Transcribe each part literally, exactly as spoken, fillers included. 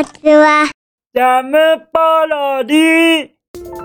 ちは。 ジャムパロディ。 どうもー、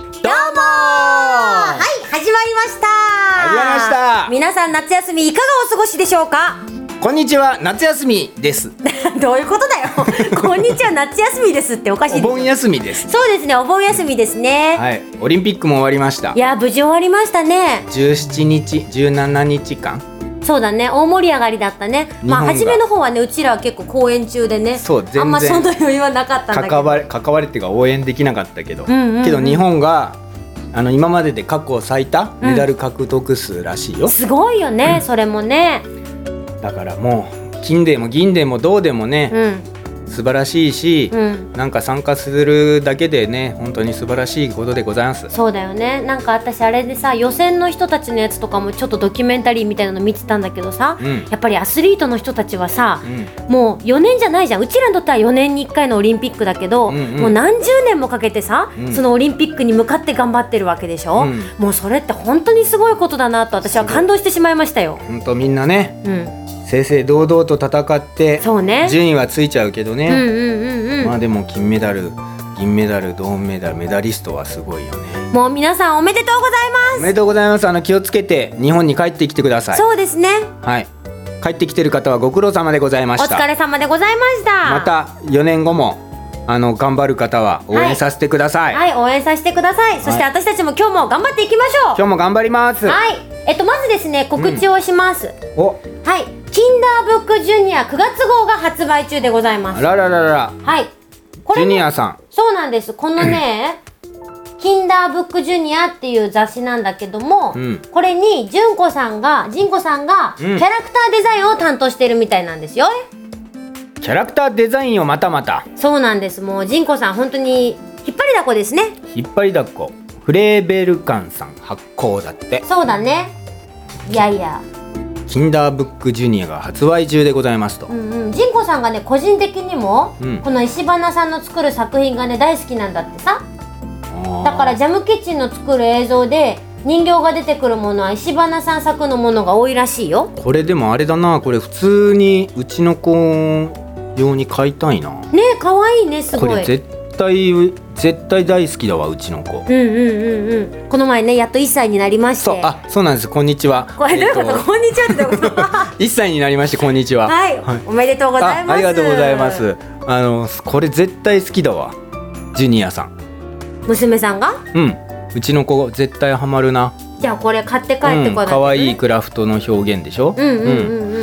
はい、始まりました始まりました。 皆さん夏休みいかがお過ごしでしょうか。 こんにちは、夏休みですどういうことだよこんにちは、夏休みですっておかしいです。 お盆休みです。 そうですね、お盆休みですね。 はい、オリンピックも終わりました。 いや、無事終わりましたね。 じゅうしちにち、じゅうななにちかん。 そうだね、大盛り上がりだったね。まあ初めの方はね、うちらは結構公演中でね、 そう、全然あんまそんな余裕はなかったんだけど、 関われ関われっていうか応援できなかったけど、 うんうんうん、 けど日本があの今までで過去最多メダル獲得数らしいよ、 うん、すごいよね、うん、それもね。 だからもう金でも銀でも銅でもね、うん素晴らしいし、うん、なんか参加するだけでね本当に素晴らしいことでございます。 そうだよね。なんか私あれでさ、予選の人たちのやつとかもちょっとドキュメンタリーみたいなの見てたんだけどさ、うん、やっぱりアスリートの人たちはさ、うん、もうよねんじゃないじゃん。うちらにとってはよねんにいっかいのオリンピックだけど、うんうん、もう何十年もかけてさ、うん、そのオリンピックに向かって頑張ってるわけでしょ、うん、もうそれって本当にすごいことだなと私は感動してしまいましたよ。 本当みんなね、うん正々堂々と戦って順位はついちゃうけどね、うんうんうんうん、まあでも金メダル銀メダル銅メダルメダリストはすごいよね。 もう皆さんおめでとうございます。 おめでとうございます。あの気をつけて日本に帰ってきてください。 そうですね、 はい、帰ってきてる方はご苦労様でございました。 お疲れ様でございました。 またよねんごもあの頑張る方は応援させてください。 はい、はい、応援させてください、はい、そして私たちも今日も頑張っていきましょう。 今日も頑張ります。 はい、えっとまずですね告知をします、 うん、おはいキンダーブックジュニアくがつ号が発売中でございます。 あらららら。 はい。 これ、ね、ジュニアさん。そうなんです。このね、キンダーブックジュニアっていう雑誌なんだけども、うん、これにジュンコさんが、ジンコさんがキャラクターデザインを担当してるみたいなんですよ。 うん、キャラクターデザインをまたまた。 そうなんです。もうジンコさん本当に引っ張りだこですね。 引っ張りだこ。フレーベルカンさん発行だって。 そうだね。いやいや。 キンダーブックジュニアが発売中でございますと、 うんうん、ジンコさんがね個人的にも、うん、この石花さんの作る作品がね大好きなんだってさ。だからジャムキッチンの作る映像で人形が出てくるものは石花さん作のものが多いらしいよ。 これでもあれだな、これ普通にうちの子用に買いたいな。 ねえ、かわいいね、すごい。 これ絶対絶対大好きだわ、うちの子。 うんうんうんうん。この前ねやっといっさいになりまして。 そう、あ、そうなんです。こんにちは。 これどういうこと、えー、こんにちはってどういうこといっさいになりましてこんにちは。 はい、はい、おめでとうございます。 あ, ありがとうございます。あのこれ絶対好きだわ、ジュニアさん。 娘さんが？ うん、うちの子絶対ハマるな。 じゃあこれ買って帰ってこないとね。 可愛、うん、いクラフトの表現でしょ。 うんうんうんうん、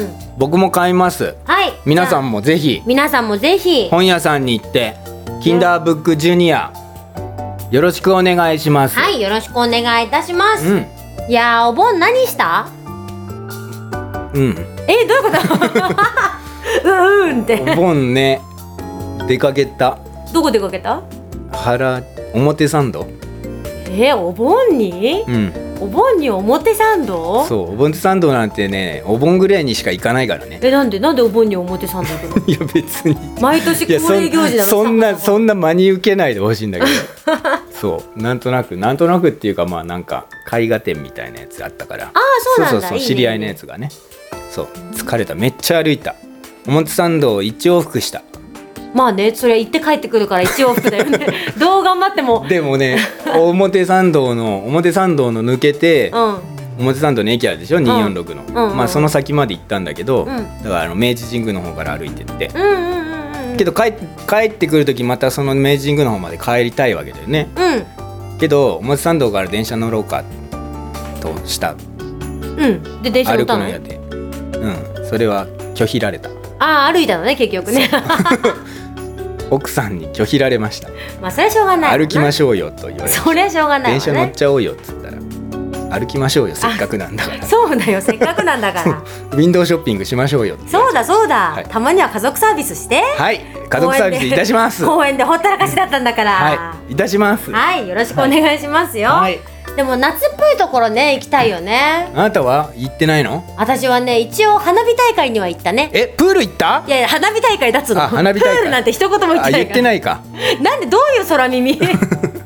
僕も買います。 はい、 皆さんもぜひ皆さんもぜひ本屋さんに行ってキンダーブックジュニアよろしくお願いします。 はい、よろしくお願いいたします。うん、いやー、お盆何した？ うん。 え、どういうこと？うんうんって。 お盆ね、出かけた。 どこ出かけた？ 原表参道。 えー、お盆に？うん。お盆に表参道？ そう、表参道なんてね、お盆ぐらいにしか行かないからね。 え、なんでなんでお盆に表参道行くの？ いや別に。 毎年恒例行事なの。 そんなそんな真に受けないでほしいんだけど。そう、なんとなくなんとなくっていうか、まあなんか絵画展みたいなやつあったから。ああ、そうなんだ。 そうそうそう、知り合いのやつがね。そう、疲れた、めっちゃ歩いた。表参道を一往復した。 まあね、それ行って帰ってくるから一往復だよね。どう頑張っても。 でもね、表参道の表参道の抜けて、うん、表参道の駅あるでしょ、にひゃくよんじゅうろくの、うんうん、まあその先まで行ったんだけど、うん、だからあの明治神宮の方から歩いてって、うんうんうんうん、けど帰, 帰ってくる時またその明治神宮の方まで帰りたいわけだよね、うん、けど表参道から電車乗ろうかとした、 うん、で電車乗ったの？歩くのやで、 うん、それは拒否られた。 ああ、歩いたのね結局ね。 奥さんに拒否られました。 まあそれはしょうがない。 歩きましょうよと言われました。 それはしょうがないわね。 電車乗っちゃおうよっつったら、歩きましょうよ、せっかくなんだから。 そうだよ、せっかくなんだから。 ウィンドウショッピングしましょうよ。 そうだそうだ、はい、たまには家族サービスして。 はい、家族サービスいたします。 公園でほったらかしだったんだから。 はい、いたします。 はい、よろしくお願いしますよ。はい、でも夏っぽいところね行きたいよね。 あなたは行ってないの？ 私はね一応花火大会には行ったね。 え、プール行った？ いやいや、花火大会だっつうの。 あ、花火大会。 プールなんて一言も言ってないから。 言ってないか。 なんで、どういう空耳？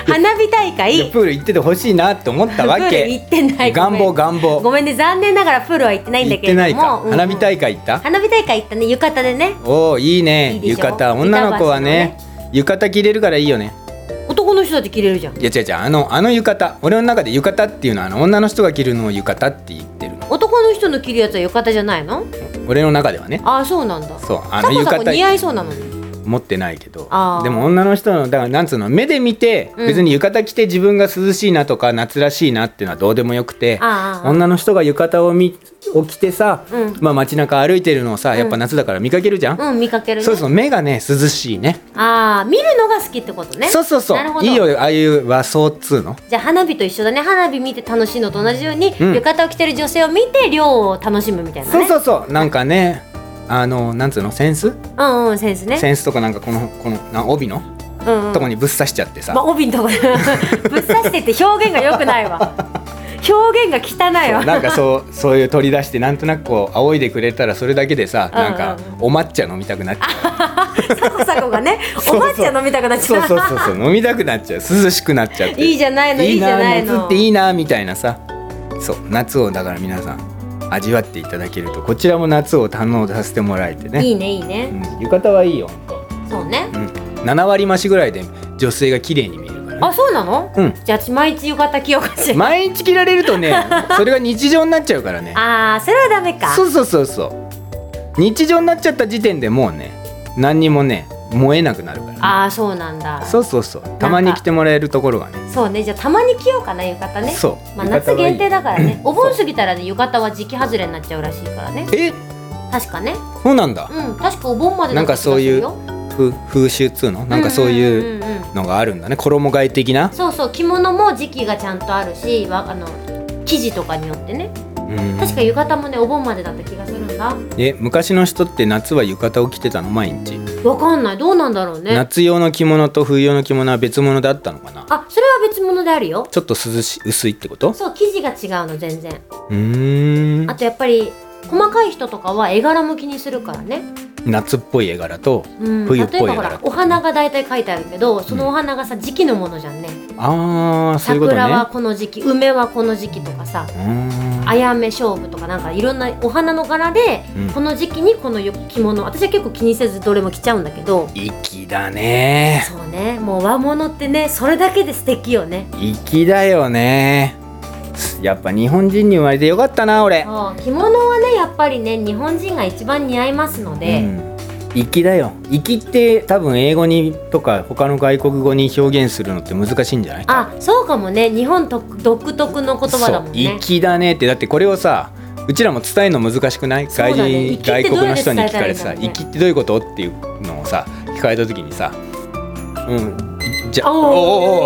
花火大会プール行っててほしいなって思ったわけ。 プール行ってない。 願望願望。 ごめんね、残念ながらプールは行ってないんだけれども。 行ってないか、 うんうん、 花火大会行った？ 花火大会行ったね、浴衣でね。 おお、いいね。 いい浴衣、女の子はね、浴衣着れるからいいよね。 男の人だって着れるじゃん。 いや違う違う、あのあの浴衣、俺の中で浴衣っていうのはあの女の人が着るのを浴衣って言ってるの。 男の人の着るやつは浴衣じゃないの？ 俺の中ではね。 ああ、そうなんだ。 そう、あの浴衣サコサコ似合いそうなのに。 持ってないけど、 あーでも女の人のだからなんつうの、目で見てうん別に浴衣着て自分が涼しいなとか夏らしいなっていうのはどうでもよくて、 あーあー女の人が浴衣を見を着てさ、 うんまあ街中歩いてるのをさ、やっぱ夏だから見かけるじゃん、 うん、見かけるね。 そうそう、目がね涼しいね。 ああ、見るのが好きってことね。 そうそうそうなるほど。 いいよ、ああいう和装っつうの。 じゃあ花火と一緒だね。花火見て楽しいのと同じように、 うん浴衣を着てる女性を見て漁を楽しむみたいなね。 そうそうそう、なんかね、あのなんつうの、センスうんうん、センスね。 センスとかなんかこのこのな帯のうんうん、 とこにぶっ刺しちゃってさ、 まあ、帯のとこぶっ刺してって表現が良くないわ。表現が汚いわ。 そうなんかそうそういう取り出してなんとなくこう仰いでくれたらそれだけでさ、 うんうんなんかお抹茶飲みたくなっちゃう。 サコサコがね、おそうそう抹茶飲みたくなっちゃう。 そうそうそうそう、飲みたくなっちゃう、涼しくなっちゃっていいじゃないの、いいじゃないの。 夏っていいなみたいなさ、そう夏をだから皆さん味わっていただけると、こちらも夏を堪能させてもらえてね。 いいね、いいね。 うん、浴衣はいいよほんそうね。 と、うん、なな割増しぐらいで女性が綺麗に見えるからね。 あ、そうなの？ うん、 じゃあ私毎日浴衣着ようかしら。 毎日着られるとねそれが日常になっちゃうからね。 あー、それはダメか。 そうそうそうそう、日常になっちゃった時点でもうね何にもね燃えなくなるからね。 あー、そうなんだ。 そうそうそう、たまに着てもらえるところがね。 そうね、じゃあたまに着ようかな、浴衣ね。 そう、 まあ、夏浴衣はいい限定だからね。お盆過ぎたらね、浴衣は時期外れになっちゃうらしいからね。 え、 確かね。 そうなんだ。 うん、確かお盆までだなんった気がするかそういうよ。 風風習っつうの、なんかそういうんんんうんのがあるんだね、衣替え的な。 そうそう、着物も時期がちゃんとあるし、わあの生地とかによってね。 うん確か浴衣もね、お盆までだった気がするんだ。 え、昔の人って夏は浴衣を着てたの毎日？ わかんない、どうなんだろうね。 夏用の着物と冬用の着物は別物だったのかな。 あ、それは別物であるよ。 ちょっと涼し薄いってこと？ そう、生地が違うの全然。 うーん、 あとやっぱり細かい人とかは絵柄向きにするからね。 夏っぽい絵柄とうん、 冬っぽい絵柄例えばほら、お花が大体書いてあるけど、そのお花がさ、時期のものじゃんね。 ああ、そういうことね。 桜はこの時期、梅はこの時期とかさ、 うーん、 あやめ勝負とかなんかいろんなお花の柄で、 うんこの時期にこの着物、私は結構気にせずどれも着ちゃうんだけど、 粋だね。 そうね、もう和物ってね、それだけで素敵よね。 粋だよね。やっぱ日本人に生まれてよかったな俺。 そう、着物はね、やっぱりね、日本人が一番似合いますので、 うん粋だよ。粋って多分英語にとか他の外国語に表現するのって難しいんじゃない？ あ、そうかもね、日本独独特の言葉だもんね。 そう、粋だねって、だってこれをさ、うちらも伝えるの難しくない？ そうだね外人外国の人に聞かれてさ、 粋ってどうやって伝えたらいいんだろうね粋ってどういうことっていうのをさ聞かれた時にさ、うんじゃおーおー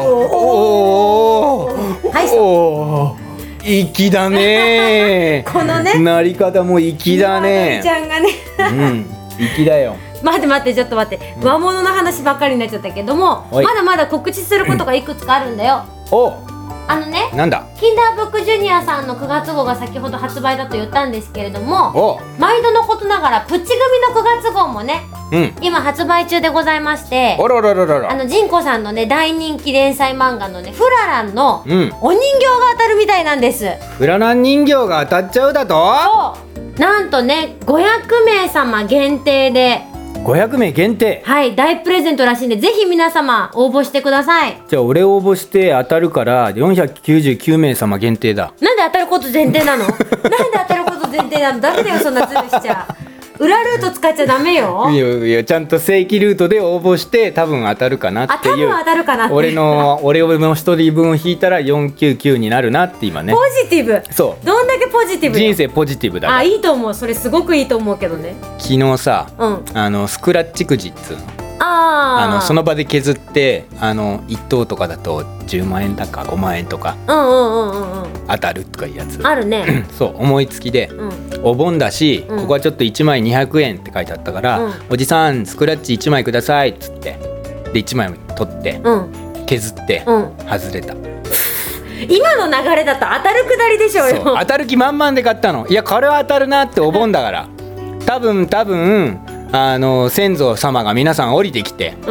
おーおーおーはいおー粋だねこのねなり方も粋だねちゃんがねうん粋だよ。 待って待って、ちょっと待って、和物の話ばっかりになっちゃったけども、 おいまだまだ告知することがいくつかあるんだよ。 お、 あのね、 なんだ。 キンダーブックジュニアさんのくがつ号が先ほど発売だと言ったんですけれども、 お、 毎度のことながらプッチ組のくがつ号もね、 うん。 今発売中でございまして、 あららららら。 あのジンコさんのね、大人気連載漫画のね、フラランのうん。 お人形が当たるみたいなんです。 フララン人形が当たっちゃうだと？ そうなんとね、ごひゃくめいさま限定で、 ごひゃくめい限定。 はい、大プレゼントらしいんで、ぜひ皆様応募してください。 じゃあ俺応募して当たるからよんひゃくきゅうじゅうきゅうめいさま限定だ。 なんで当たること前提なの？なんで当たること前提なの？ダメだよ、そんなズルしちゃ。裏ルート使っちゃダメよ。 いやいや、ちゃんと正規ルートで応募して多分当たるかなあ、 っていう。 多分当たるかなって。 俺の俺の一人分を引いたらよんひゃくきゅうじゅうきゅうになるなって今ね。 ポジティブ。 そう。 どんだけポジティブよ。 人生ポジティブだから。 あ、いいと思う。それすごくいいと思うけどね。 昨日さ、 うん。 あのスクラッチくじっつうの。 あー。 あのその場で削ってあのいっ等とかだとじゅうまんえんだかごまんえんとかうんうんうんうんうん。 当たるとかいうやつ。 あるね。 そう思いつきで。 うん。 お盆だし、 うんここはちょっといちまいにひゃくえんって書いてあったから、 うんおじさんスクラッチいちまいくださいっつってでいちまい取ってうん。 削ってうん。 外れた、 今の流れだと当たるくだりでしょうよ。 そう当たる気満々で買ったの。いやこれは当たるなってお盆だから多分多分あの先祖様が皆さん降りてきてうん。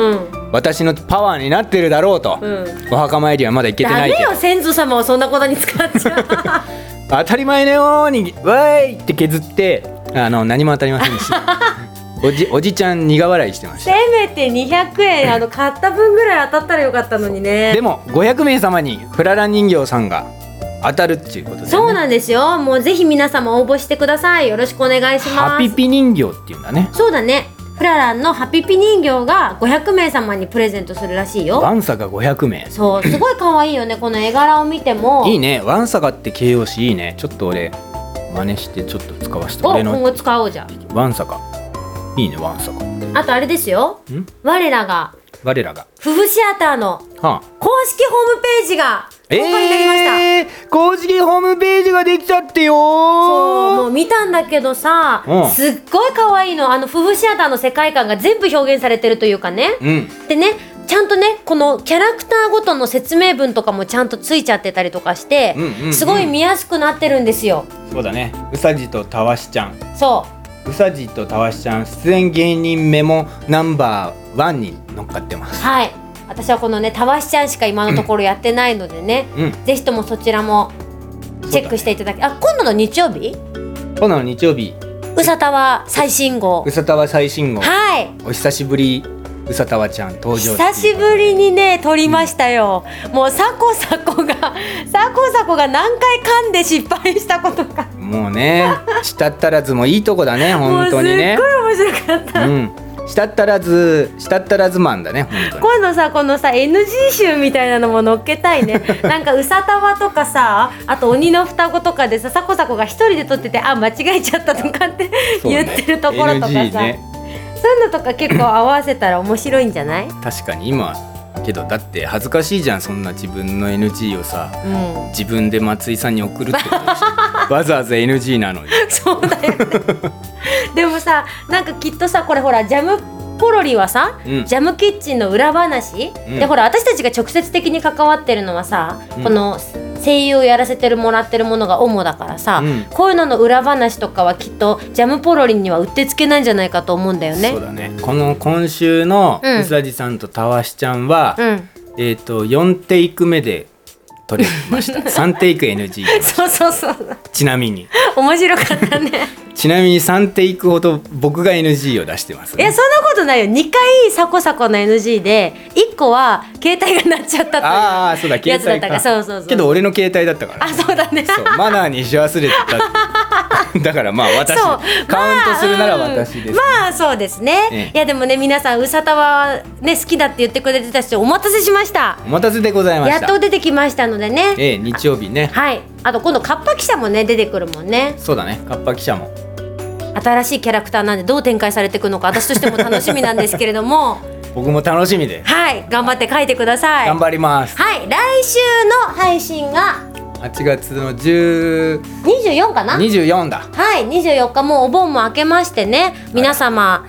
私のパワーになってるだろうと、うん、お墓参りはまだ行けてないけど。 ダメよ、先祖様をそんなことに使っちゃう当たり前のようにわーいって削ってあの何も当たりませんでしたおじ、おじちゃん苦笑いしてました。 せめてにひゃくえんあの買った分ぐらい当たったらよかったのにね。 でもごひゃくめい様にフララン人形さんが当たるっていうことで、ね、 そうなんですよ。もうぜひ皆様応募してください。よろしくお願いします。 ハピピ人形っていうんだね。 そうだね、フラランのハピピ人形がごひゃくめい様にプレゼントするらしいよ。 ワンサカごひゃくめい。 そう、すごい可愛いよねこの絵柄を見てもいいね。ワンサカって形容詞いいね。ちょっと俺真似してちょっと使わせて。 お、今後使おうじゃん。 ワンサカいいね。ワンサカ。 あとあれですよ、我らが我らが夫婦シアターの公式ホームページが公開になりました、 えー、公式ホームページができちゃってよ。 そう、もう見たんだけどさ、うん、すっごい可愛いの。あの夫婦シアターの世界観が全部表現されてるというかね、うん、でね、ちゃんとねこのキャラクターごとの説明文とかもちゃんとついちゃってたりとかして、うんうんうん、すごい見やすくなってるんですよ。 そうだね。うさじとたわしちゃん。 そううさじとたわしちゃん出演芸人メモナンバーワンに乗っかってます。 はい、私はこのねたわしちゃんしか今のところやってないのでね、うん、ぜひともそちらもチェックしていただき、ね、あ、今度の日曜日今度の日曜日うさたわ最新号うさたわ最新号、 はい、 お久しぶりうさたわちゃん登場。 久しぶりにね撮りましたよ、うん、もうサコサコがサコサコが何回噛んで失敗したことかもうねしたったらずもいいとこだね本当にね。 もうすっごい面白かった、うん、 したったらずしたったらずマンだね本当に。 今度さこのさ エヌジー 集みたいなのも載っけたいねなんかうさたわとかさ、あと鬼の双子とかでさサコサコが一人で撮ってて、あ間違えちゃったとかって言ってるところとかさ、ね、そういうのとか結構合わせたら面白いんじゃない？ 確かに今けどだって恥ずかしいじゃん、そんな自分の エヌジー をさ、うん、自分で松井さんに送るってことでしょわざわざ エヌジー なのにそうだよねでもさ、なんかきっとさこれほらジャムポロリはさ、うん、ジャムキッチンの裏話、うん、でほら私たちが直接的に関わってるのはさ、うん、この声優をやらせてるもらってるものが主だからさ、うん、こういうのの裏話とかはきっとジャムポロリにはうってつけなんじゃないかと思うんだよね。 そうだね。この今週のうさじさんとたわしちゃんは、うん、えっとよんテイク目で撮れましたさんテイク エヌジーそうそうそう。 ちなみに面白かったねちなみにさんテイクほど僕が エヌジー を出してます、ね、 いやそんなことないよ。にかいサコサコの エヌジー でいっこは携帯が鳴っちゃったというああそうだ携帯かやつだったから。そうそうそう。 けど俺の携帯だったから、 あそうだねそうマナーにし忘れてただからまあ私カウントするなら私です、ね、 まあそうですね、ええ、いやでもね皆さんうさたわね好きだって言ってくれてた人お待たせしました。 お待たせでございました。 やっと出てきましたのでね、 ええ、日曜日ね。 はい。あと今度カッパ記者もね出てくるもんね。 そうだね、カッパ記者も新しいキャラクターなんでどう展開されていくのか私としても楽しみなんですけれども僕も楽しみで、 はい頑張って書いてください。 頑張ります。 はい、来週の配信がはちがつのじゅうにじゅうよっかな。 にじゅうよっかだ。 はい、にじゅうよっかもうお盆も明けましてね、皆様、はい、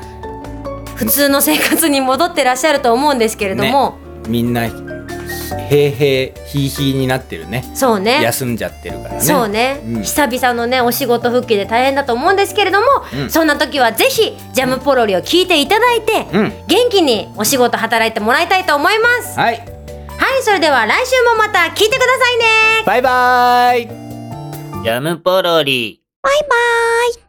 普通の生活に戻ってらっしゃると思うんですけれども、 ね、みんなへいへいひいひいになってるね。 そうね、 休んじゃってるからね。 そうね、うん、久々のねお仕事復帰で大変だと思うんですけれども、うん、そんな時はぜひジャムポロリを聞いていただいて、うん、元気にお仕事働いてもらいたいと思います。 はい、 はい、それでは来週もまた聞いてくださいね。 バイバイ。 ジャムポロリ。 バイバイ。